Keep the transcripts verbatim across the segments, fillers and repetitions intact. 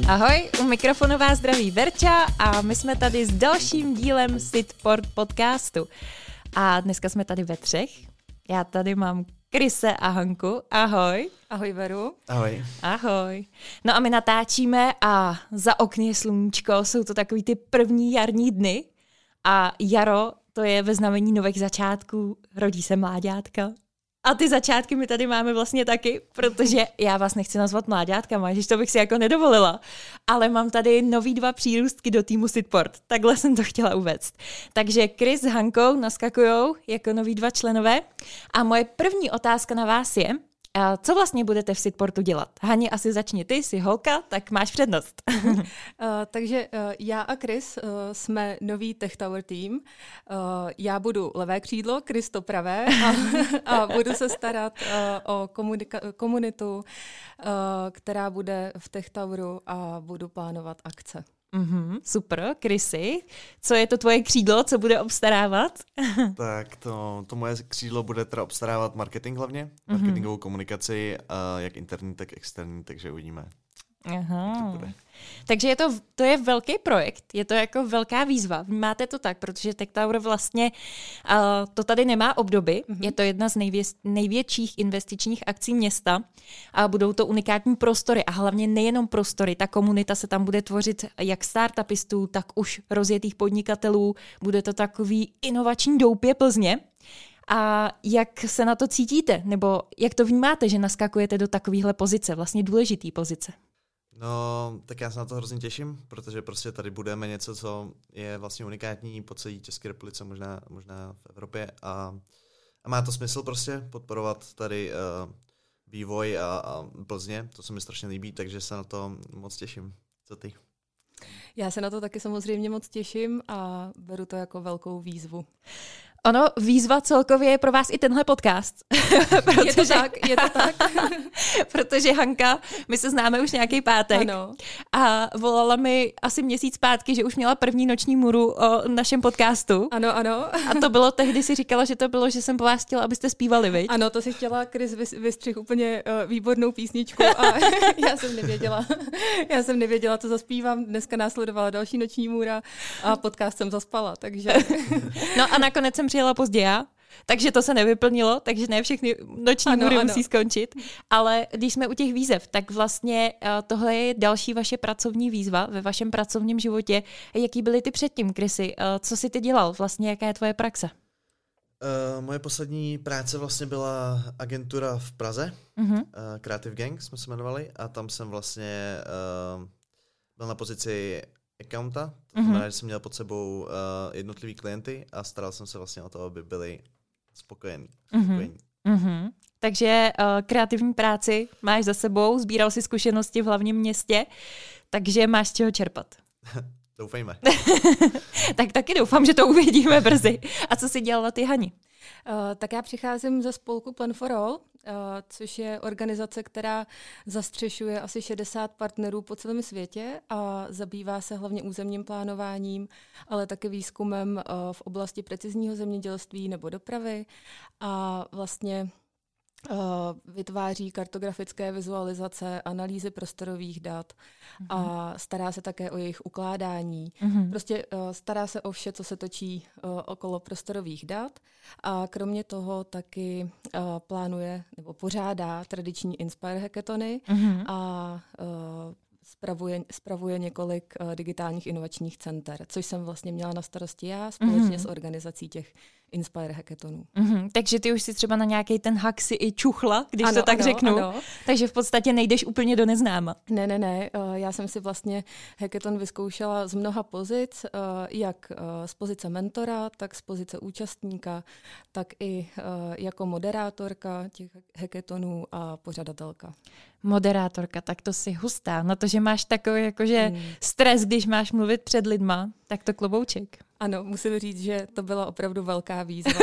Ahoj, u mikrofonu vás zdraví Verča a my jsme tady s dalším dílem Sitport podcastu. A dneska jsme tady ve třech. Já tady mám Krise a Hanku. Ahoj. Ahoj Veru. Ahoj. Ahoj. No a my natáčíme a za okny je sluníčko, jsou to takový ty první jarní dny a jaro, to je ve znamení nových začátků, rodí se mláďátka. A ty začátky my tady máme vlastně taky, protože já vás nechci nazvat mláďátkama, že to bych si jako nedovolila, ale mám tady nový dva přírůstky do týmu Sitport, takhle jsem to chtěla uvést. Takže Chris s Hankou naskakujou jako noví dva členové a moje první otázka na vás je, co vlastně budete v Sitportu dělat? Hani, asi začni ty, jsi holka, tak máš přednost. uh, takže uh, já a Chris uh, jsme nový Tech Tower tým. Uh, já budu levé křídlo, Chris to pravé a, a budu se starat uh, o komunika- komunitu, uh, která bude v Tech Toweru a budu plánovat akce. Mm-hmm, super, Chrisy, co je to tvoje křídlo, co bude obstarávat? Tak to, to moje křídlo bude teda obstarávat marketing hlavně, marketingovou mm-hmm. komunikaci, a jak interní, tak externí, takže uvidíme. Aha. Takže je to, to je velký projekt, je to jako velká výzva. Vnímáte to tak, protože Tech Tower vlastně uh, to tady nemá obdoby, mm-hmm. je to jedna z nejvě, největších investičních akcí města a budou to unikátní prostory a hlavně nejenom prostory, ta komunita se tam bude tvořit jak startupistů, tak už rozjetých podnikatelů, bude to takový inovační doupě Plzně. A jak se na to cítíte, nebo jak to vnímáte, že naskakujete do takovéhle pozice, vlastně důležitý pozice? No, tak já se na to hrozně těším, protože prostě tady budeme něco, co je vlastně unikátní po celé České republice, možná, možná v Evropě a, a má to smysl prostě podporovat tady uh, vývoj a, a Plzně, to se mi strašně líbí, takže se na to moc těším. Co ty? Já se na to taky samozřejmě moc těším a beru to jako velkou výzvu. Ono, výzva celkově je pro vás i tenhle podcast. protože, je to tak, je to tak. Protože Hanka, my se známe už nějaký pátek ano. a volala mi asi měsíc zpátky, že už měla první noční můru o našem podcastu. Ano, ano. A to bylo tehdy, si říkala, že to bylo, že jsem po vás chtěla, abyste zpívali, viď? Ano, to si chtěla Chris vystřih úplně uh, výbornou písničku a já jsem nevěděla. Já jsem nevěděla, co zaspívám. Dneska následovala další noční můra a podcast jsem zaspala, takže... No a nakonec jsem přijela pozdě já, takže to se nevyplnilo, takže ne všechny noční ano, můry ano. musí skončit. Ale když jsme u těch výzev, tak vlastně uh, tohle je další vaše pracovní výzva ve vašem pracovním životě. Jaký byly ty předtím, Chrisy? Uh, co jsi ty dělal? Vlastně jaká je tvoje praxe? Uh, moje poslední práce vlastně byla agentura v Praze, uh-huh. uh, Creative Gang jsme se jmenovali a tam jsem vlastně uh, byl na pozici accounta, to znamená, mm-hmm. že jsem měl pod sebou uh, jednotlivý klienty a staral jsem se vlastně o to, aby byli spokojení. Mm-hmm. Mm-hmm. Takže uh, kreativní práci máš za sebou, sbíral si zkušenosti v hlavním městě, takže máš z čeho čerpat. Doufejme. Tak taky doufám, že to uvidíme brzy. A co jsi dělala ty, Hani? Uh, tak já přicházím ze spolku Plan for All, uh, což je organizace, která zastřešuje asi šedesát partnerů po celém světě a zabývá se hlavně územním plánováním, ale také výzkumem uh, v oblasti precizního zemědělství nebo dopravy a vlastně Uh, vytváří kartografické vizualizace, analýzy prostorových dat uh-huh. a stará se také o jejich ukládání. Uh-huh. Prostě uh, stará se o vše, co se točí uh, okolo prostorových dat a kromě toho taky uh, plánuje nebo pořádá tradiční Inspire hackathony uh-huh. a uh, Spravuje, spravuje několik uh, digitálních inovačních center, což jsem vlastně měla na starosti já společně mm-hmm. s organizací těch Inspire hackathonů. Mm-hmm. Takže ty už si třeba na nějaký ten hack si i čuchla, když ano, to tak ano, řeknu. Ano. Takže v podstatě nejdeš úplně do neznáma. Ne, ne, ne. Uh, já jsem si vlastně hackathon vyzkoušela z mnoha pozic, uh, jak uh, z pozice mentora, tak z pozice účastníka, tak i uh, jako moderátorka těch hackathonů a pořadatelka. Moderátorka, tak to si hustá. Na to, že máš takový jakože hmm. stres, když máš mluvit před lidma, tak to klobouček. Ano, musím říct, že to byla opravdu velká výzva.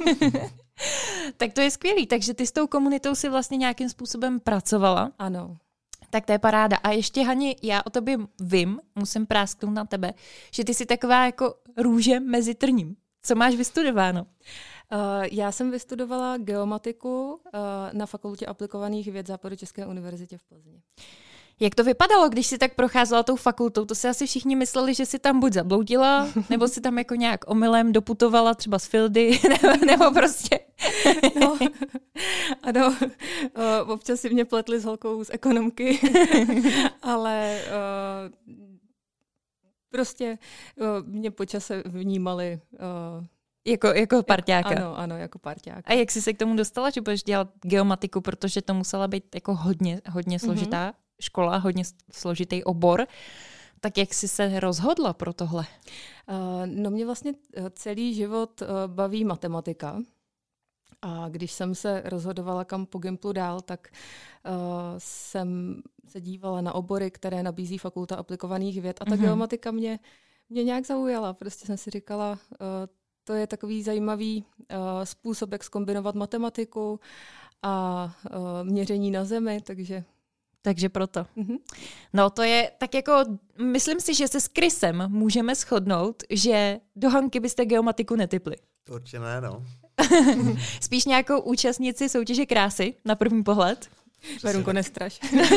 Tak to je skvělý. Takže ty s tou komunitou si vlastně nějakým způsobem pracovala. Ano. Tak to je paráda. A ještě, Hani, já o tobě vím, musím prásknout na tebe, že ty jsi taková jako růže mezi trním. Co máš vystudováno? Uh, já jsem vystudovala geomatiku uh, na Fakultě aplikovaných věd Západočeské univerzitě v Plzni. Jak to vypadalo, když jsi tak procházela tou fakultou? To si asi všichni mysleli, že jsi tam buď zabloudila, nebo si tam jako nějak omylem doputovala třeba z Fildy, nebo, nebo prostě... No, ano, občas si mě pletli s holkou z ekonomky, ale uh, prostě uh, mě po čase vnímali... Uh, Jako, jako parťáka. Ano, ano, jako parťáka. A jak jsi se k tomu dostala, že budeš dělat geomatiku, protože to musela být jako hodně, hodně složitá mm-hmm. škola, hodně složitý obor. Tak jak jsi se rozhodla pro tohle? Uh, no mě vlastně celý život uh, baví matematika. A když jsem se rozhodovala, kam po Gimplu dál, tak uh, jsem se dívala na obory, které nabízí Fakulta aplikovaných věd. A ta mm-hmm. geomatika mě, mě nějak zaujala. Prostě jsem si říkala... Uh, To je takový zajímavý uh, způsob, jak zkombinovat matematiku a uh, měření na zemi, takže... Takže proto. Mm-hmm. No to je tak jako, myslím si, že se s Chrisem můžeme shodnout, že do Hanky byste geomatiku netipli. To určitě ne, no. Spíš nějakou účastnici soutěže krásy, na první pohled. Verunko, nestraš.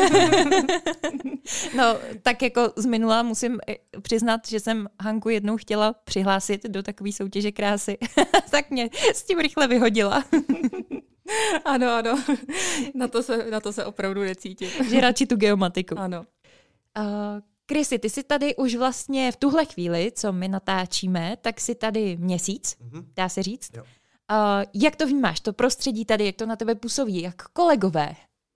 No, tak jako z minula musím přiznat, že jsem Hanku jednou chtěla přihlásit do takové soutěže krásy. Tak mě s tím rychle vyhodila. Ano, ano. Na to se, na to se opravdu necítím. Že radši tu geomatiku. Ano. Uh, Chrisy, ty jsi tady už vlastně v tuhle chvíli, co my natáčíme, tak jsi tady měsíc, mm-hmm. dá se říct. Jo. Uh, jak to vnímáš, to prostředí tady, jak to na tebe působí, jak kolegové?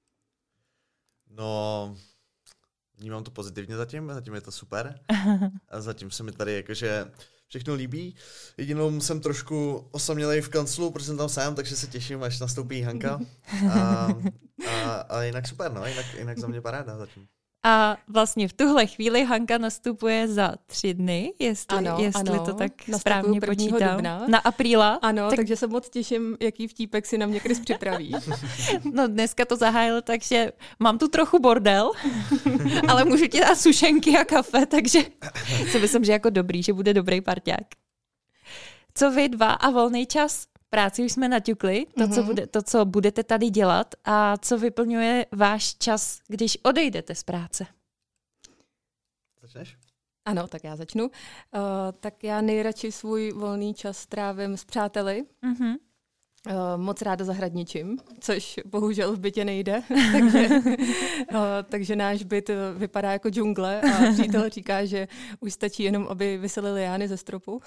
No, vnímám to pozitivně zatím, zatím je to super. A zatím se mi tady jakože všechno líbí. Jedinou jsem trošku osamělej v kanclu, protože jsem tam sám, takže se těším, až nastoupí Hanka. A, a, a jinak super, no, jinak, jinak za mě paráda zatím. A vlastně v tuhle chvíli Hanka nastupuje za tři dny, jestli, ano, jestli ano. to tak Nastupuju správně počítám. Dubna. Na apríla. Ano, tak... takže se moc těším, jaký vtípek si na mě Chris připraví. No dneska to zahájil, takže mám tu trochu bordel, ale můžu ti dát sušenky a kafe, takže si myslím, že jako dobrý, že bude dobrý parťák. Co vy dva a volný čas? Práci už jsme naťukli, to, mm-hmm. co bude, to, co budete tady dělat a co vyplňuje váš čas, když odejdete z práce. Začneš? Ano, tak já začnu. Uh, tak já nejradši svůj volný čas trávím s přáteli. Mm-hmm. Uh, moc ráda zahradničím, což bohužel v bytě nejde. takže, uh, takže náš byt vypadá jako džungle a přítel říká, že už stačí jenom, aby visely liány ze stropu.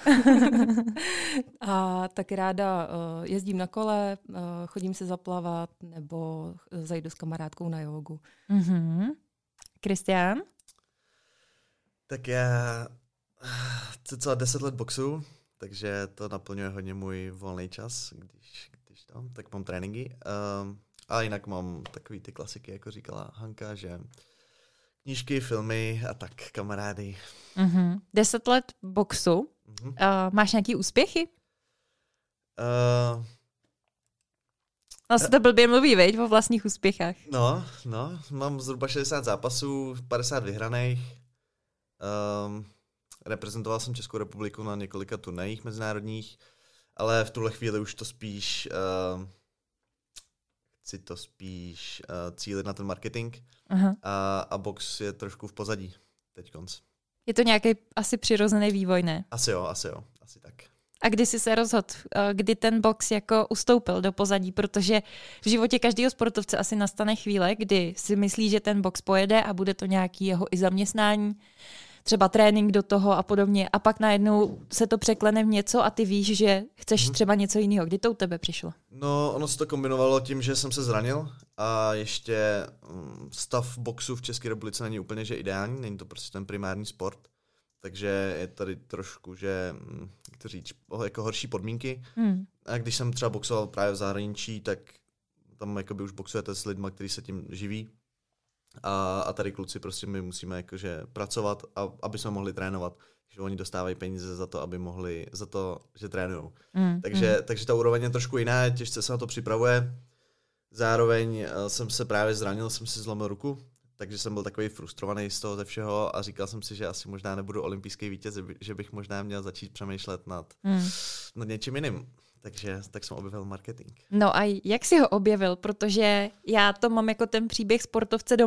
A taky ráda uh, jezdím na kole, uh, chodím se zaplavat nebo zajdu s kamarádkou na jogu. Mm-hmm. Kristián? Tak já cca deset let boxu, takže to naplňuje hodně můj volný čas, když, když tam, tak mám tréninky. Um, a jinak mám takový ty klasiky, jako říkala Hanka, že knížky, filmy a tak, kamarády. Mm-hmm. Deset let boxu. Mm-hmm. Uh, máš nějaký úspěchy? Uh, no se to blbě mluví, veď, o vlastních úspěchách. No, no, mám zhruba šedesát zápasů, padesát vyhraných. Um, Reprezentoval jsem Českou republiku na několika turnajích mezinárodních, ale v tuhle chvíli už to spíš, uh, chci to spíš uh, cílit na ten marketing. Aha. A, a box je trošku v pozadí teď konc. Je to nějaký asi přirozený vývoj, ne? Asi jo, asi jo, asi tak. A kdy jsi se rozhodl, kdy ten box jako ustoupil do pozadí, protože v životě každého sportovce asi nastane chvíle, kdy si myslí, že ten box pojede a bude to nějaký jeho i zaměstnání, třeba trénink do toho a podobně. A pak najednou se to překlene v něco a ty víš, že chceš hmm. třeba něco jiného. Kdy to u tebe přišlo? No, ono se to kombinovalo tím, že jsem se zranil a ještě stav boxu v České republice není úplně že ideální, není to prostě ten primární sport. Takže je tady trošku, že, jak to říct, jako horší podmínky. Hmm. A když jsem třeba boxoval právě v zahraničí, tak tam jakoby už boxujete s lidmi, kteří se tím živí. A, a tady kluci prostě my musíme jakože pracovat, a, aby jsme mohli trénovat. Takže oni dostávají peníze za to, aby mohli, za to, že trénujou. Mm, takže, mm. takže ta úroveň je trošku jiná, těžce se na to připravuje. Zároveň jsem se právě zranil, jsem si zlomil ruku, takže jsem byl takový frustrovaný z toho ze všeho a říkal jsem si, že asi možná nebudu olympijský vítěz, že bych možná měl začít přemýšlet nad, mm. nad něčím jiným. Takže tak jsem objevil marketing. No a jak jsi ho objevil? Protože já to mám jako ten příběh sportovce doma,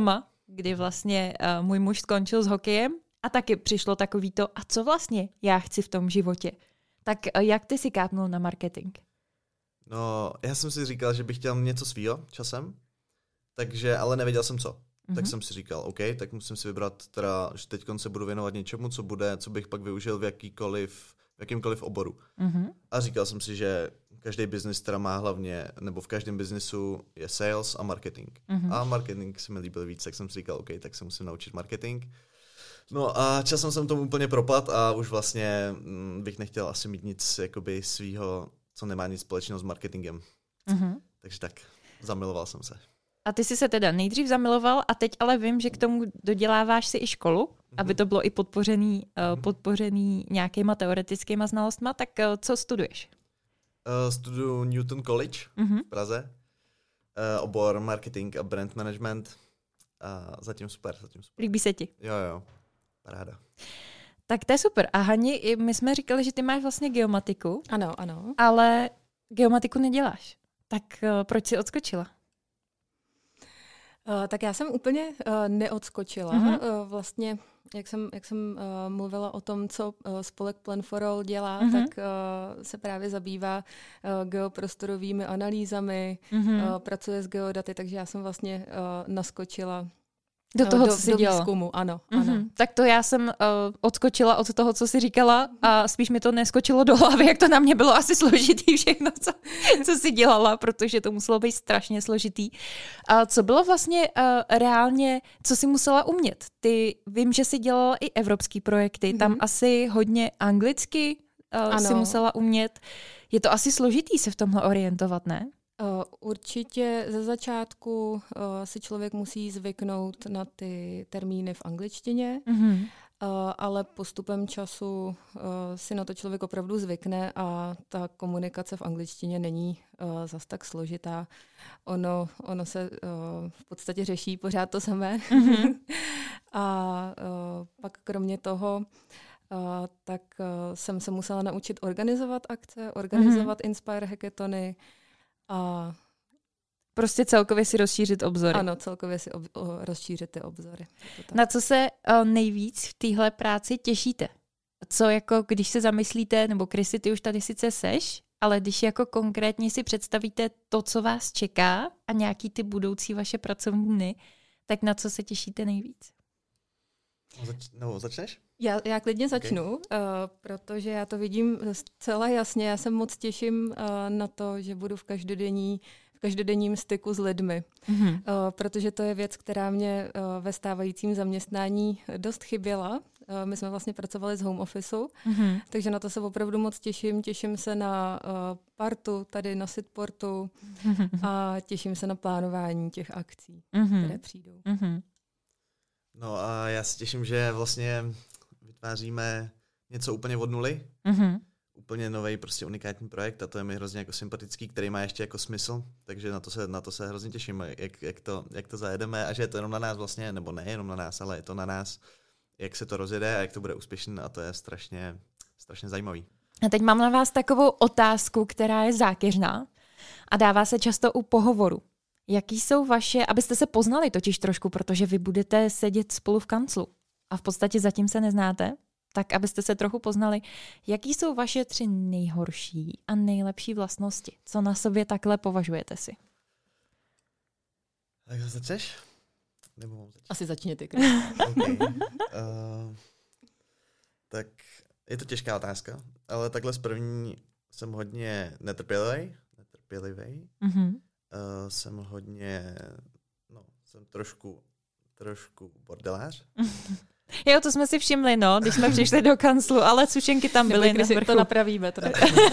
kdy vlastně uh, můj muž skončil s hokejem a taky přišlo takový to, a co vlastně já chci v tom životě. Tak uh, jak ty si kápnul na marketing? No, já jsem si říkal, že bych chtěl něco svýho časem, takže, ale nevěděl jsem co. Mm-hmm. Tak jsem si říkal, OK, tak musím si vybrat teda, že teď se budu věnovat něčemu, co bude, co bych pak využil v jakýkoliv, v jakýmkoliv oboru. Mm-hmm. A říkal jsem si, že každý biznis teda má hlavně, nebo v každém biznisu je sales a marketing. Mm-hmm. A marketing se mi líbil víc, tak jsem si říkal, OK, tak se musím naučit marketing. No a časem jsem tomu úplně propad a už vlastně m, bych nechtěl asi mít nic jakoby svýho, co nemá nic společného s marketingem. Mm-hmm. Takže tak, zamiloval jsem se. A ty jsi se teda nejdřív zamiloval a teď ale vím, že k tomu doděláváš si i školu, mm-hmm. aby to bylo i podpořený, uh, podpořený nějakýma teoretickýma znalostma. Tak uh, co studuješ? Uh, studuju Newton College mm-hmm. v Praze. Uh, obor marketing a brand management. A zatím super, zatím super. Líbí se ti? Jo, jo. Paráda. Tak to je super. A Hani, my jsme říkali, že ty máš vlastně geomatiku. Ano, ano. Ale geomatiku neděláš. Tak uh, proč jsi odskočila? Uh, tak já jsem úplně uh, neodskočila. Mm-hmm. Uh, vlastně, jak jsem, jak jsem uh, mluvila o tom, co uh, spolek Plan for All dělá, mm-hmm. tak uh, se právě zabývá uh, geoprostorovými analýzami, mm-hmm. uh, pracuje s geodaty, takže já jsem vlastně uh, naskočila do toho, do, co jsi do dělala. výzkumu, ano, Mm-hmm. ano. Tak to já jsem uh, odskočila od toho, co jsi říkala a spíš mi to neskočilo do hlavy, jak to na mě bylo asi složitý všechno, co, co jsi dělala, protože to muselo být strašně složitý. A co bylo vlastně uh, reálně, co jsi musela umět? Ty vím, že jsi dělala i evropský projekty, mm-hmm. tam asi hodně anglicky uh, si musela umět. Je to asi složitý se v tomhle orientovat, ne? Uh, určitě ze začátku uh, si člověk musí zvyknout na ty termíny v angličtině, mm-hmm. uh, ale postupem času uh, si na to člověk opravdu zvykne a ta komunikace v angličtině není uh, zas tak složitá. Ono, ono se uh, v podstatě řeší pořád to samé. Mm-hmm. A uh, pak kromě toho Uh, tak uh, jsem se musela naučit organizovat akce, organizovat mm-hmm. Inspire hackathony, a prostě celkově si rozšířit obzory. Ano, celkově si ob, o, rozšířit ty obzory. Na co se o, nejvíc v téhle práci těšíte? Co jako, když se zamyslíte, nebo Krysy, ty už tady sice seš, ale když jako konkrétně si představíte to, co vás čeká a nějaký ty budoucí vaše pracovní dny, tak na co se těšíte nejvíc? Zač- no, začneš? Já, já klidně začnu, okay. uh, protože já to vidím zcela jasně. Já se moc těším uh, na to, že budu v každodenní, v každodenním styku s lidmi, mm-hmm. uh, protože to je věc, která mě uh, ve stávajícím zaměstnání dost chyběla. Uh, my jsme vlastně pracovali z home officeu, mm-hmm. takže na to se opravdu moc těším. Těším se na uh, partu tady na Sitportu mm-hmm. a těším se na plánování těch akcí, mm-hmm. které přijdou. Mm-hmm. No a já se těším, že vlastně vytváříme něco úplně od nuly, mm-hmm. úplně nový, prostě unikátní projekt a to je mi hrozně jako sympatický, který má ještě jako smysl, takže na to se, na to se hrozně těším, jak, jak, to, jak to zajedeme a že je to jenom na nás vlastně, nebo ne jenom na nás, ale je to na nás, jak se to rozjede a jak to bude úspěšné a to je strašně, strašně zajímavý. A teď mám na vás takovou otázku, která je zákeřná a dává se často u pohovoru. Jaký jsou vaše, abyste se poznali totiž trošku, protože vy budete sedět spolu v kanclu a v podstatě zatím se neznáte, tak abyste se trochu poznali, jaký jsou vaše tři nejhorší a nejlepší vlastnosti? Co na sobě takhle považujete si? Tak začneš? Nebo mám začít? Asi začněte. Okay. uh, tak je to těžká otázka, ale takhle z první jsem hodně netrpělivý. Netrpělivý. Mm-hmm. Uh, jsem hodně, no, jsem trošku, trošku bordelář. Jo, to jsme si všimli, no, když jsme přišli do kanclu, ale sušenky tam byly na vrchu. To napravíme. To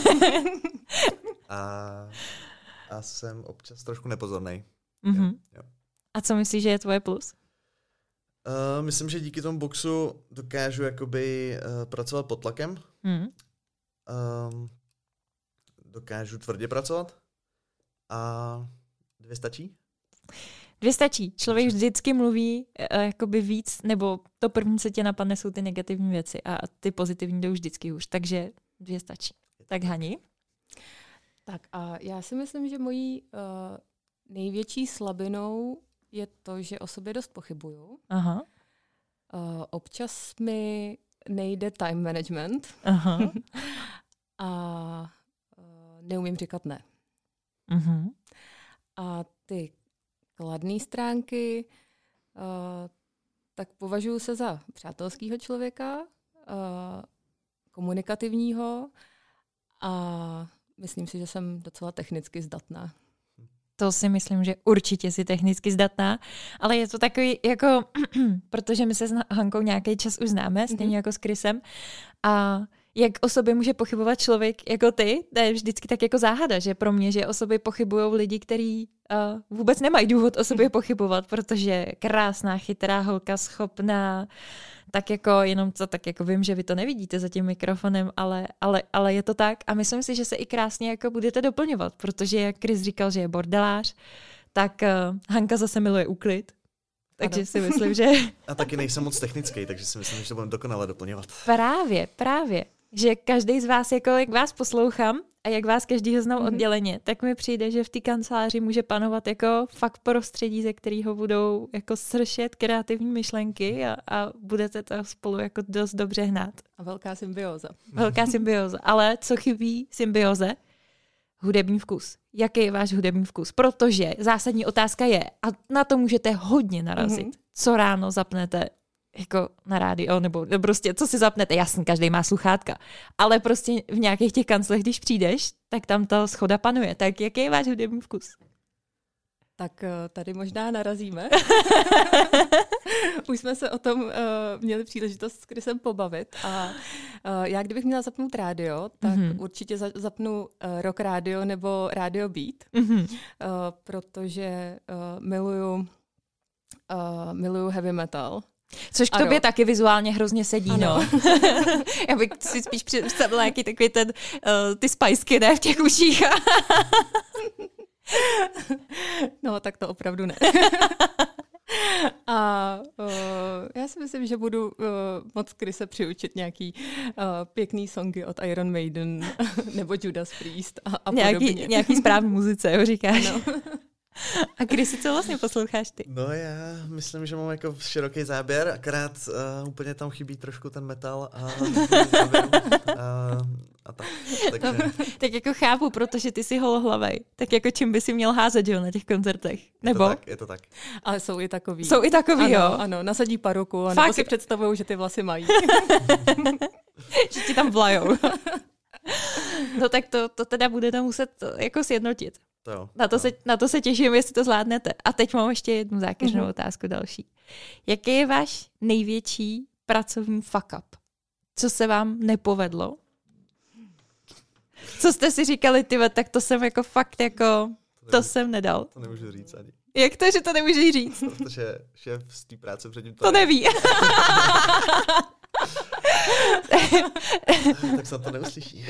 a, a jsem občas trošku nepozornej. Mm-hmm. Jo, jo. A co myslíš, že je tvoje plus? Uh, myslím, že díky tomu boxu dokážu jakoby uh, pracovat pod tlakem. Mm. Um, dokážu tvrdě pracovat. A dvě stačí? Dvě stačí. Člověk vždycky mluví uh, jakoby víc, nebo to první, co tě napadne, jsou ty negativní věci a ty pozitivní jdou vždycky hůř. Takže dvě stačí. Tak Hani? Tak a já si myslím, že mojí uh, největší slabinou je to, že o sobě dost pochybuju. Aha. Uh, občas mi nejde time management. Aha. A uh, neumím říkat ne. Uh-huh. A ty kladné stránky, uh, tak považuji se za přátelského člověka, uh, komunikativního a myslím si, že jsem docela technicky zdatná. To si myslím, že určitě si technicky zdatná, ale je to takový, jako, protože my se s Hankou nějaký čas už známe, stejně mm-hmm. jako s Chrisem, a jak o sobě může pochybovat člověk jako ty, to je vždycky tak jako záhada, že pro mě, že o sobě pochybují lidi, kteří uh, vůbec nemají důvod o sobě pochybovat, protože krásná, chytrá holka, schopná, tak jako jenom to, tak jako vím, že vy to nevidíte za tím mikrofonem, ale, ale, ale je to tak a myslím si, že se i krásně jako budete doplňovat, protože jak Chris říkal, že je bordelář, tak uh, Hanka zase miluje úklid. Takže ano. si myslím, že... A taky nejsem moc technický, takže si myslím, že to budeme dokonale doplňovat. Právě, právě. Že každý z vás, jako jak vás poslouchám a jak vás každýho znám mm-hmm. odděleně, tak mi přijde, že v té kanceláři může panovat jako fakt prostředí, ze kterého budou jako sršet kreativní myšlenky a, a budete to spolu jako dost dobře hnát. A velká symbioza. Velká symbioza. Ale co chybí symbioze? Hudební vkus. Jaký je váš hudební vkus? Protože zásadní otázka je, a na to můžete hodně narazit, mm-hmm. co ráno zapnete jako na rádio, nebo prostě co si zapnete, jasně, každý má sluchátka, ale prostě v nějakých těch kanclech, když přijdeš, tak tam ta schoda panuje. Tak jaký je váš hudební vkus? Tak tady možná narazíme. Už jsme se o tom uh, měli příležitost s Chrisem pobavit a uh, já kdybych měla zapnout rádio, tak mm-hmm. určitě za- zapnu uh, rock rádio nebo rádio beat, mm-hmm. uh, protože uh, miluju, uh, miluju heavy metal. Což k tobě taky vizuálně hrozně sedí, ano. No. Já bych si spíš představila jaký takový ten, uh, ty spajsky, ne, v těch uších. No, tak to opravdu ne. A uh, já si myslím, že budu uh, moc Chrise přiučit nějaký uh, pěkný songy od Iron Maiden nebo Judas Priest a, a nějaký, podobně. Nějaký správný muzice, jo, říkáš. No. A Chrisi, co vlastně posloucháš ty? No já myslím, že mám jako široký záběr, akorát uh, úplně tam chybí trošku ten metal a, a, a tak. Takže... No, tak jako chápu, protože ty jsi holohlavej. Tak jako čím by si měl házet, jo, na těch koncertech? Nebo? Je to tak, je to tak. Ale jsou i takový. Jsou i takový, ano, jo? Ano, nasadí paruku a nebo si představují, že ty vlasy mají. Že ti tam vlajou. No tak to, to teda budete muset jako sjednotit. To jo, na, to to. Se, na to se těším, jestli to zvládnete. A teď mám ještě jednu zákeřnou mm-hmm. otázku další. Jaký je váš největší pracovní fuck up? Co se vám nepovedlo? Co jste si říkali, tyve, tak to jsem jako fakt jako, to, to nemůžu, jsem nedal. To nemůžu říct ani. Jak to, že to nemůžeš říct? Protože šéf z té práce předtím to, to neví. Tak se to neuslyší.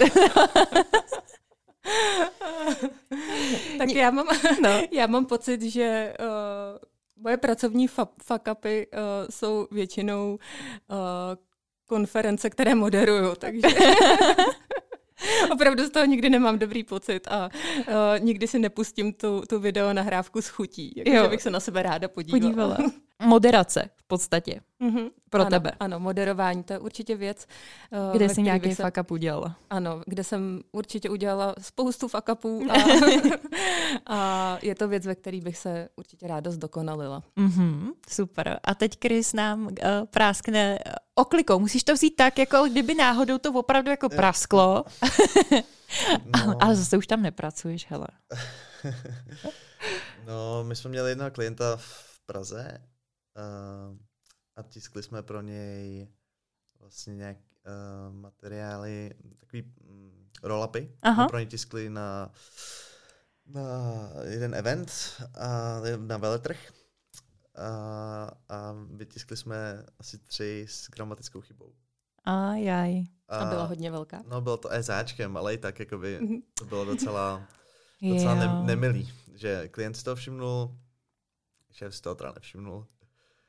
Tak já mám, no. já mám pocit, že uh, moje pracovní fa- fuck upy uh, jsou většinou uh, konference, které moderuju, takže opravdu z toho nikdy nemám dobrý pocit a uh, nikdy si nepustím tu, tu video nahrávku s chutí, takže bych se na sebe ráda podívala. podívala. Moderace v podstatě. Mm-hmm. Pro ano, tebe. Ano, moderování, to je určitě věc. Uh, kde jsi nějaký fuck up udělala. Ano, kde jsem určitě udělala spoustu fuck upů a, a je to věc, ve které bych se určitě ráda zdokonalila. Mm-hmm, super. A teď Chris nám uh, práskne uh, oklikou. Musíš to vzít tak, jako kdyby náhodou to opravdu jako prasklo. No. Ale zase už tam nepracuješ, hele. No, my jsme měli jednoho klienta v Praze uh, a tiskli jsme pro něj vlastně nějak uh, materiály, takový um, roll-upy. Jsme pro něj tiskli na, na jeden event, a, na veletrh a, a vytiskli jsme asi tři s gramatickou chybou. Ajaj. A, a byla hodně velká? No, bylo to ezáčkem, ale i tak jakoby, to bylo docela, docela ne, nemilý, že klient si to všimnul, šéf si to teda nevšimnul.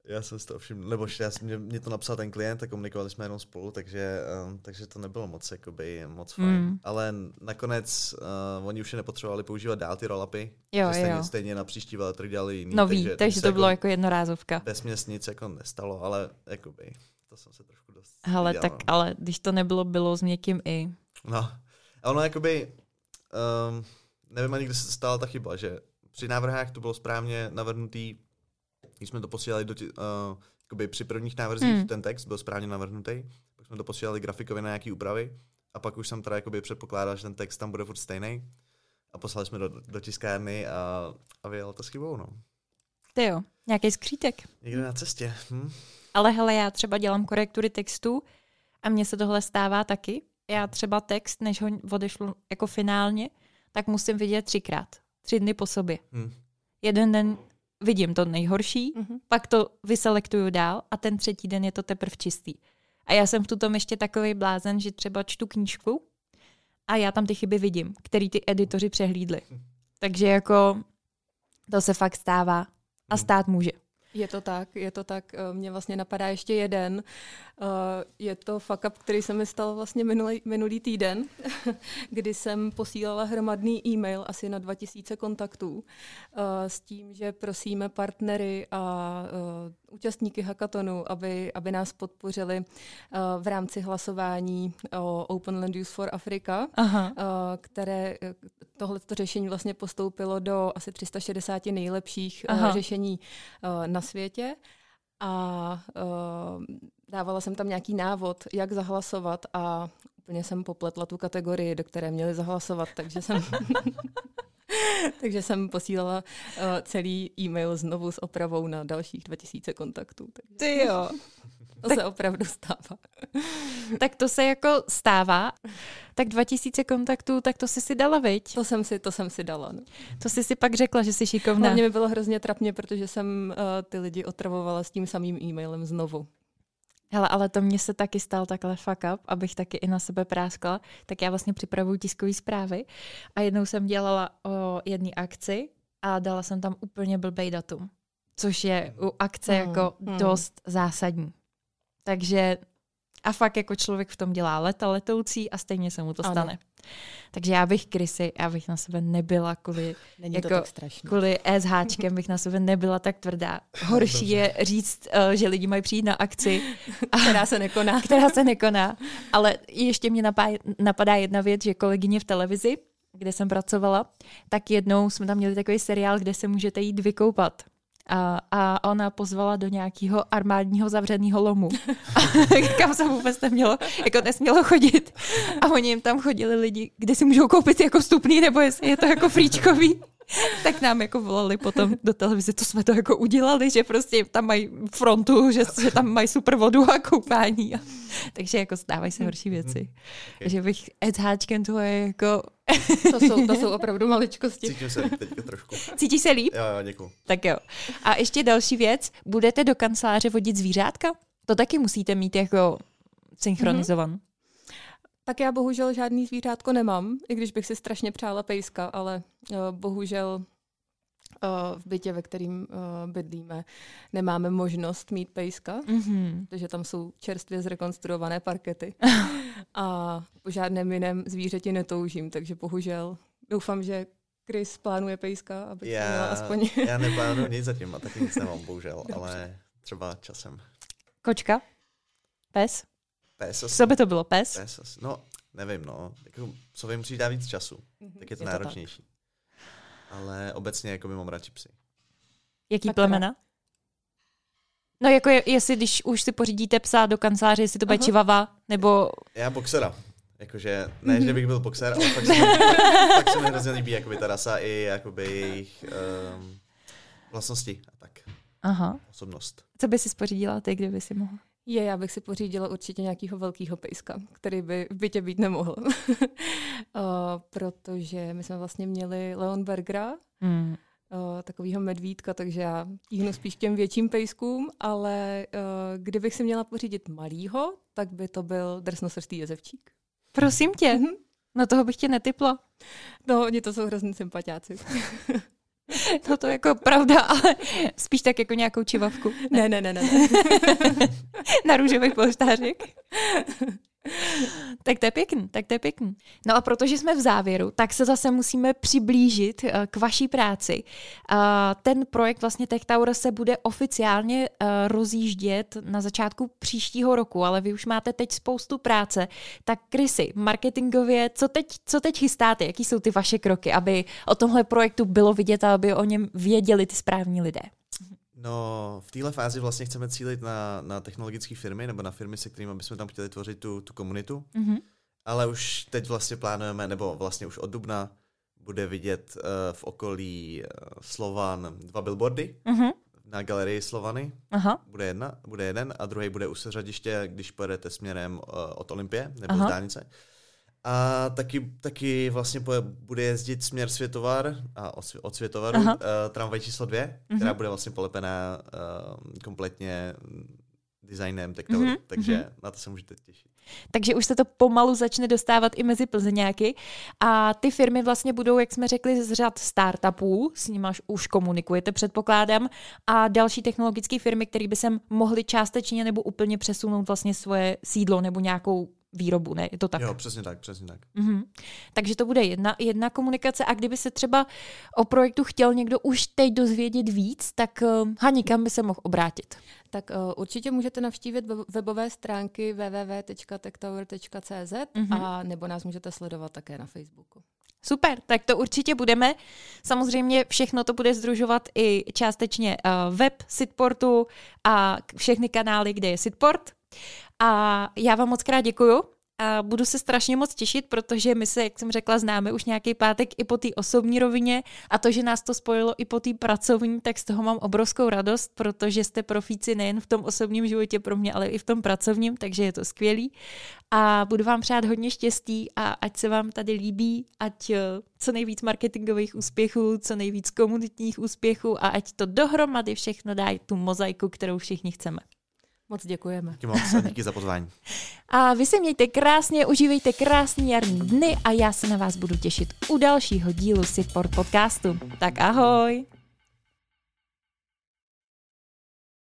Já jsem si to všiml, nebo já jsem, mě, mě to napsal ten klient a komunikovali jsme jenom spolu, takže, um, takže to nebylo moc, jakoby, moc fajn. Mm. Ale nakonec uh, oni už je nepotřebovali používat dál ty roll-upy. Jo, stejně, jo. stejně na příští veletrh dělali jiný. Nový, takže, takže to jako, bylo jako jednorázovka. Vesměs nic jako nestalo, ale jakoby, to jsem se trošku dost Hele, viděl, tak no. ale když to nebylo, bylo s někým i. No, a ono jakoby, um, nevím ani, kdy se stala ta chyba, že při návrhách to bylo správně navrhnutý. Když jsme to posílali do tě, uh, při prvních návrzích, hmm. ten text byl správně navrhnutý, pak jsme to posílali grafikově na nějaký úpravy a pak už jsem teda jakoby předpokládal, že ten text tam bude furt stejný a poslali jsme do, do tiskárny a, a vyjel to s chybou, no. Ty jo, nějaký skřítek. Někde na cestě. Hm? Ale hele, já třeba dělám korektury textu a mně se tohle stává taky. Já třeba text, než ho odešlu jako finálně, tak musím vidět třikrát. Tři dny po sobě. Hmm. Jeden den vidím to nejhorší, mm-hmm. pak to vyselektuju dál a ten třetí den je to teprve čistý. A já jsem v tom ještě takovej blázen, že třeba čtu knížku a já tam ty chyby vidím, který ty editoři přehlídli. Takže jako to se fakt stává a stát může. Je to tak, je to tak. Mně vlastně napadá ještě jeden. Je to fuck up, který se mi stal vlastně minulý, minulý týden, kdy jsem posílala hromadný e-mail asi na dva tisíce kontaktů s tím, že prosíme partnery a účastníky hackathonu, aby, aby nás podpořili v rámci hlasování o Open Land Use for Africa, Aha. které tohleto řešení vlastně postoupilo do asi tři sta šedesát nejlepších Aha. řešení na světě a uh, dávala jsem tam nějaký návod, jak zahlasovat a úplně jsem popletla tu kategorii, do které měli zahlasovat, takže jsem takže jsem posílala uh, celý e-mail znovu s opravou na dalších dva tisíce kontaktů. Takže Ty jo. To tak, se opravdu stává. Tak to se jako stává. Tak dva tisíce kontaktů, tak to jsi si dala, viď? To jsem si, to jsem si dala. No. To jsi si pak řekla, že jsi šikovná. Hlavně mi bylo hrozně trapně, protože jsem uh, ty lidi otravovala s tím samým e-mailem znovu. Hele, ale to mně se taky stal takhle fuck up, abych taky i na sebe práskla. Tak já vlastně připravuju tiskové zprávy a jednou jsem dělala o jedné akci a dala jsem tam úplně blbej datum, což je u akce hmm. jako hmm. dost zásadní. Takže a fakt jako člověk v tom dělá leta letoucí a stejně se mu to ano. stane. Takže já bych krysy, já bych na sebe nebyla kvůli, jako, kvůli SHčkem bych na sebe nebyla tak tvrdá. Horší je říct, uh, že lidi mají přijít na akci, a, která se nekoná. která se nekoná. Ale ještě mě napadá, napadá jedna věc, že kolegyně v televizi, kde jsem pracovala, tak jednou jsme tam měli takový seriál, kde se můžete jít vykoupat. A, a ona pozvala do nějakého armádního zavřeného lomu, kam se vůbec nemělo, jako nesmělo chodit. A oni jim tam chodili lidi, kde si můžou koupit jako vstupný, nebo jestli je to jako fríčkový. Tak nám jako volali potom do televize, to jsme to jako udělali, že prostě tam mají frontu, že, že tam mají super vodu a koupání. Takže jako stávají se horší věci. Okay. Že bych SHčkem toho je jako... to, jsou, to jsou opravdu maličkosti. Cítím se líp teďka trošku. Cítíš se líp? Jo, jo, děkuju. Tak jo. A ještě další věc, budete do kanceláře vodit zvířátka? To taky musíte mít jako synchronizovan. Mm-hmm. Tak já bohužel žádný zvířátko nemám, i když bych si strašně přála pejska, ale uh, bohužel uh, v bytě, ve kterým uh, bydlíme, nemáme možnost mít pejska, mm-hmm. protože tam jsou čerstvě zrekonstruované parkety a po žádném jiném zvířeti netoužím, takže bohužel doufám, že Chris plánuje pejska, abych já, měla aspoň... já neplánuju nic zatím a taky nic nemám, bohužel, dobře. Ale třeba časem. Kočka? Pes? Pes. Co by to bylo? Pes? Pes. No, nevím, no. Jako, sobě musí dát víc času, mm-hmm. tak je to je náročnější. To tak. Ale obecně jako by mám radši psy. Jaký tak plemena? Teda. No jako je, jestli když už si pořídíte psa do kanceláře, jestli to bude čivava, nebo... Já boxera. Jakože, ne, mm-hmm. že bych byl boxer, ale fakt se, fakt se mi hrozně líbí jakoby ta rasa i jakoby jejich um, vlastnosti a tak. Aha. Osobnost. Co by si spořídila ty, kdyby si mohla? Je, já bych si pořídila určitě nějakého velkého pejska, který by v bytě být nemohl. uh, protože my jsme vlastně měli Leonbergera, mm. uh, takového medvídka, takže já tíhnu spíš k těm větším pejskům, ale uh, kdybych si měla pořídit malýho, tak by to byl drsnosrstý jezevčík. Prosím tě, mm-hmm. no toho bych tě netipla. No, oni to jsou hrozný sympatiáci. No to jako pravda, ale spíš tak jako nějakou čivavku. Ne, ne, ne, ne. ne. Na růžových polštářek. Tak to je pěkný, tak to je pěkný. No a protože jsme v závěru, tak se zase musíme přiblížit k vaší práci. Ten projekt vlastně Tech Tower se bude oficiálně rozjíždět na začátku příštího roku, ale vy už máte teď spoustu práce. Tak Chrisy, marketingově, co teď, co teď chystáte? Jaký jsou ty vaše kroky, aby o tomhle projektu bylo vidět a aby o něm věděli ty správní lidé? No, v téhle fázi vlastně chceme cílit na, na technologické firmy nebo na firmy, se kterými bychom tam chtěli tvořit tu, tu komunitu. Mm-hmm. Ale už teď vlastně plánujeme, nebo vlastně už od dubna bude vidět uh, v okolí uh, Slovan dva billboardy. Mm-hmm. Na galerii Slovany. Aha. Bude jedna, bude jeden a druhý bude u Seřadiště, když pojedete směrem uh, od Olympie nebo Aha. z dálnice. A taky, taky vlastně bude jezdit směr Světovar a od Světovaru uh, tramvaj číslo dvě, uh-huh. která bude vlastně polepená uh, kompletně designem Tech Tower, uh-huh. takže uh-huh. na to se můžete těšit. Takže už se to pomalu začne dostávat i mezi Plzeňáky a ty firmy vlastně budou, jak jsme řekli, z řad startupů, s nimi už komunikujete, předpokládám, a další technologické firmy, které by se mohly částečně nebo úplně přesunout vlastně svoje sídlo nebo nějakou výrobu, ne? Je to tak? Jo, přesně tak, přesně tak. Mhm. Takže to bude jedna, jedna komunikace a kdyby se třeba o projektu chtěl někdo už teď dozvědět víc, tak uh, Hani, kam by se mohl obrátit? Tak uh, určitě můžete navštívit webové stránky w w w tečka techtower tečka c z mhm. a nebo nás můžete sledovat také na Facebooku. Super, tak to určitě budeme. Samozřejmě všechno to bude sdružovat i částečně uh, web Sitportu a všechny kanály, kde je Sitport. A já vám moc krát děkuju a budu se strašně moc těšit, protože my se, jak jsem řekla, známe už nějaký pátek i po té osobní rovině a to, že nás to spojilo i po té pracovní, tak z toho mám obrovskou radost, protože jste profíci nejen v tom osobním životě pro mě, ale i v tom pracovním, takže je to skvělý. A budu vám přát hodně štěstí a ať se vám tady líbí, ať co nejvíc marketingových úspěchů, co nejvíc komunitních úspěchů a ať to dohromady všechno dá tu mozaiku, kterou všichni chceme. Moc děkujeme. Díky moc a díky za pozvání. A vy se mějte krásně, užívejte krásný jarní dny a já se na vás budu těšit u dalšího dílu Sitport podcastu. Tak ahoj!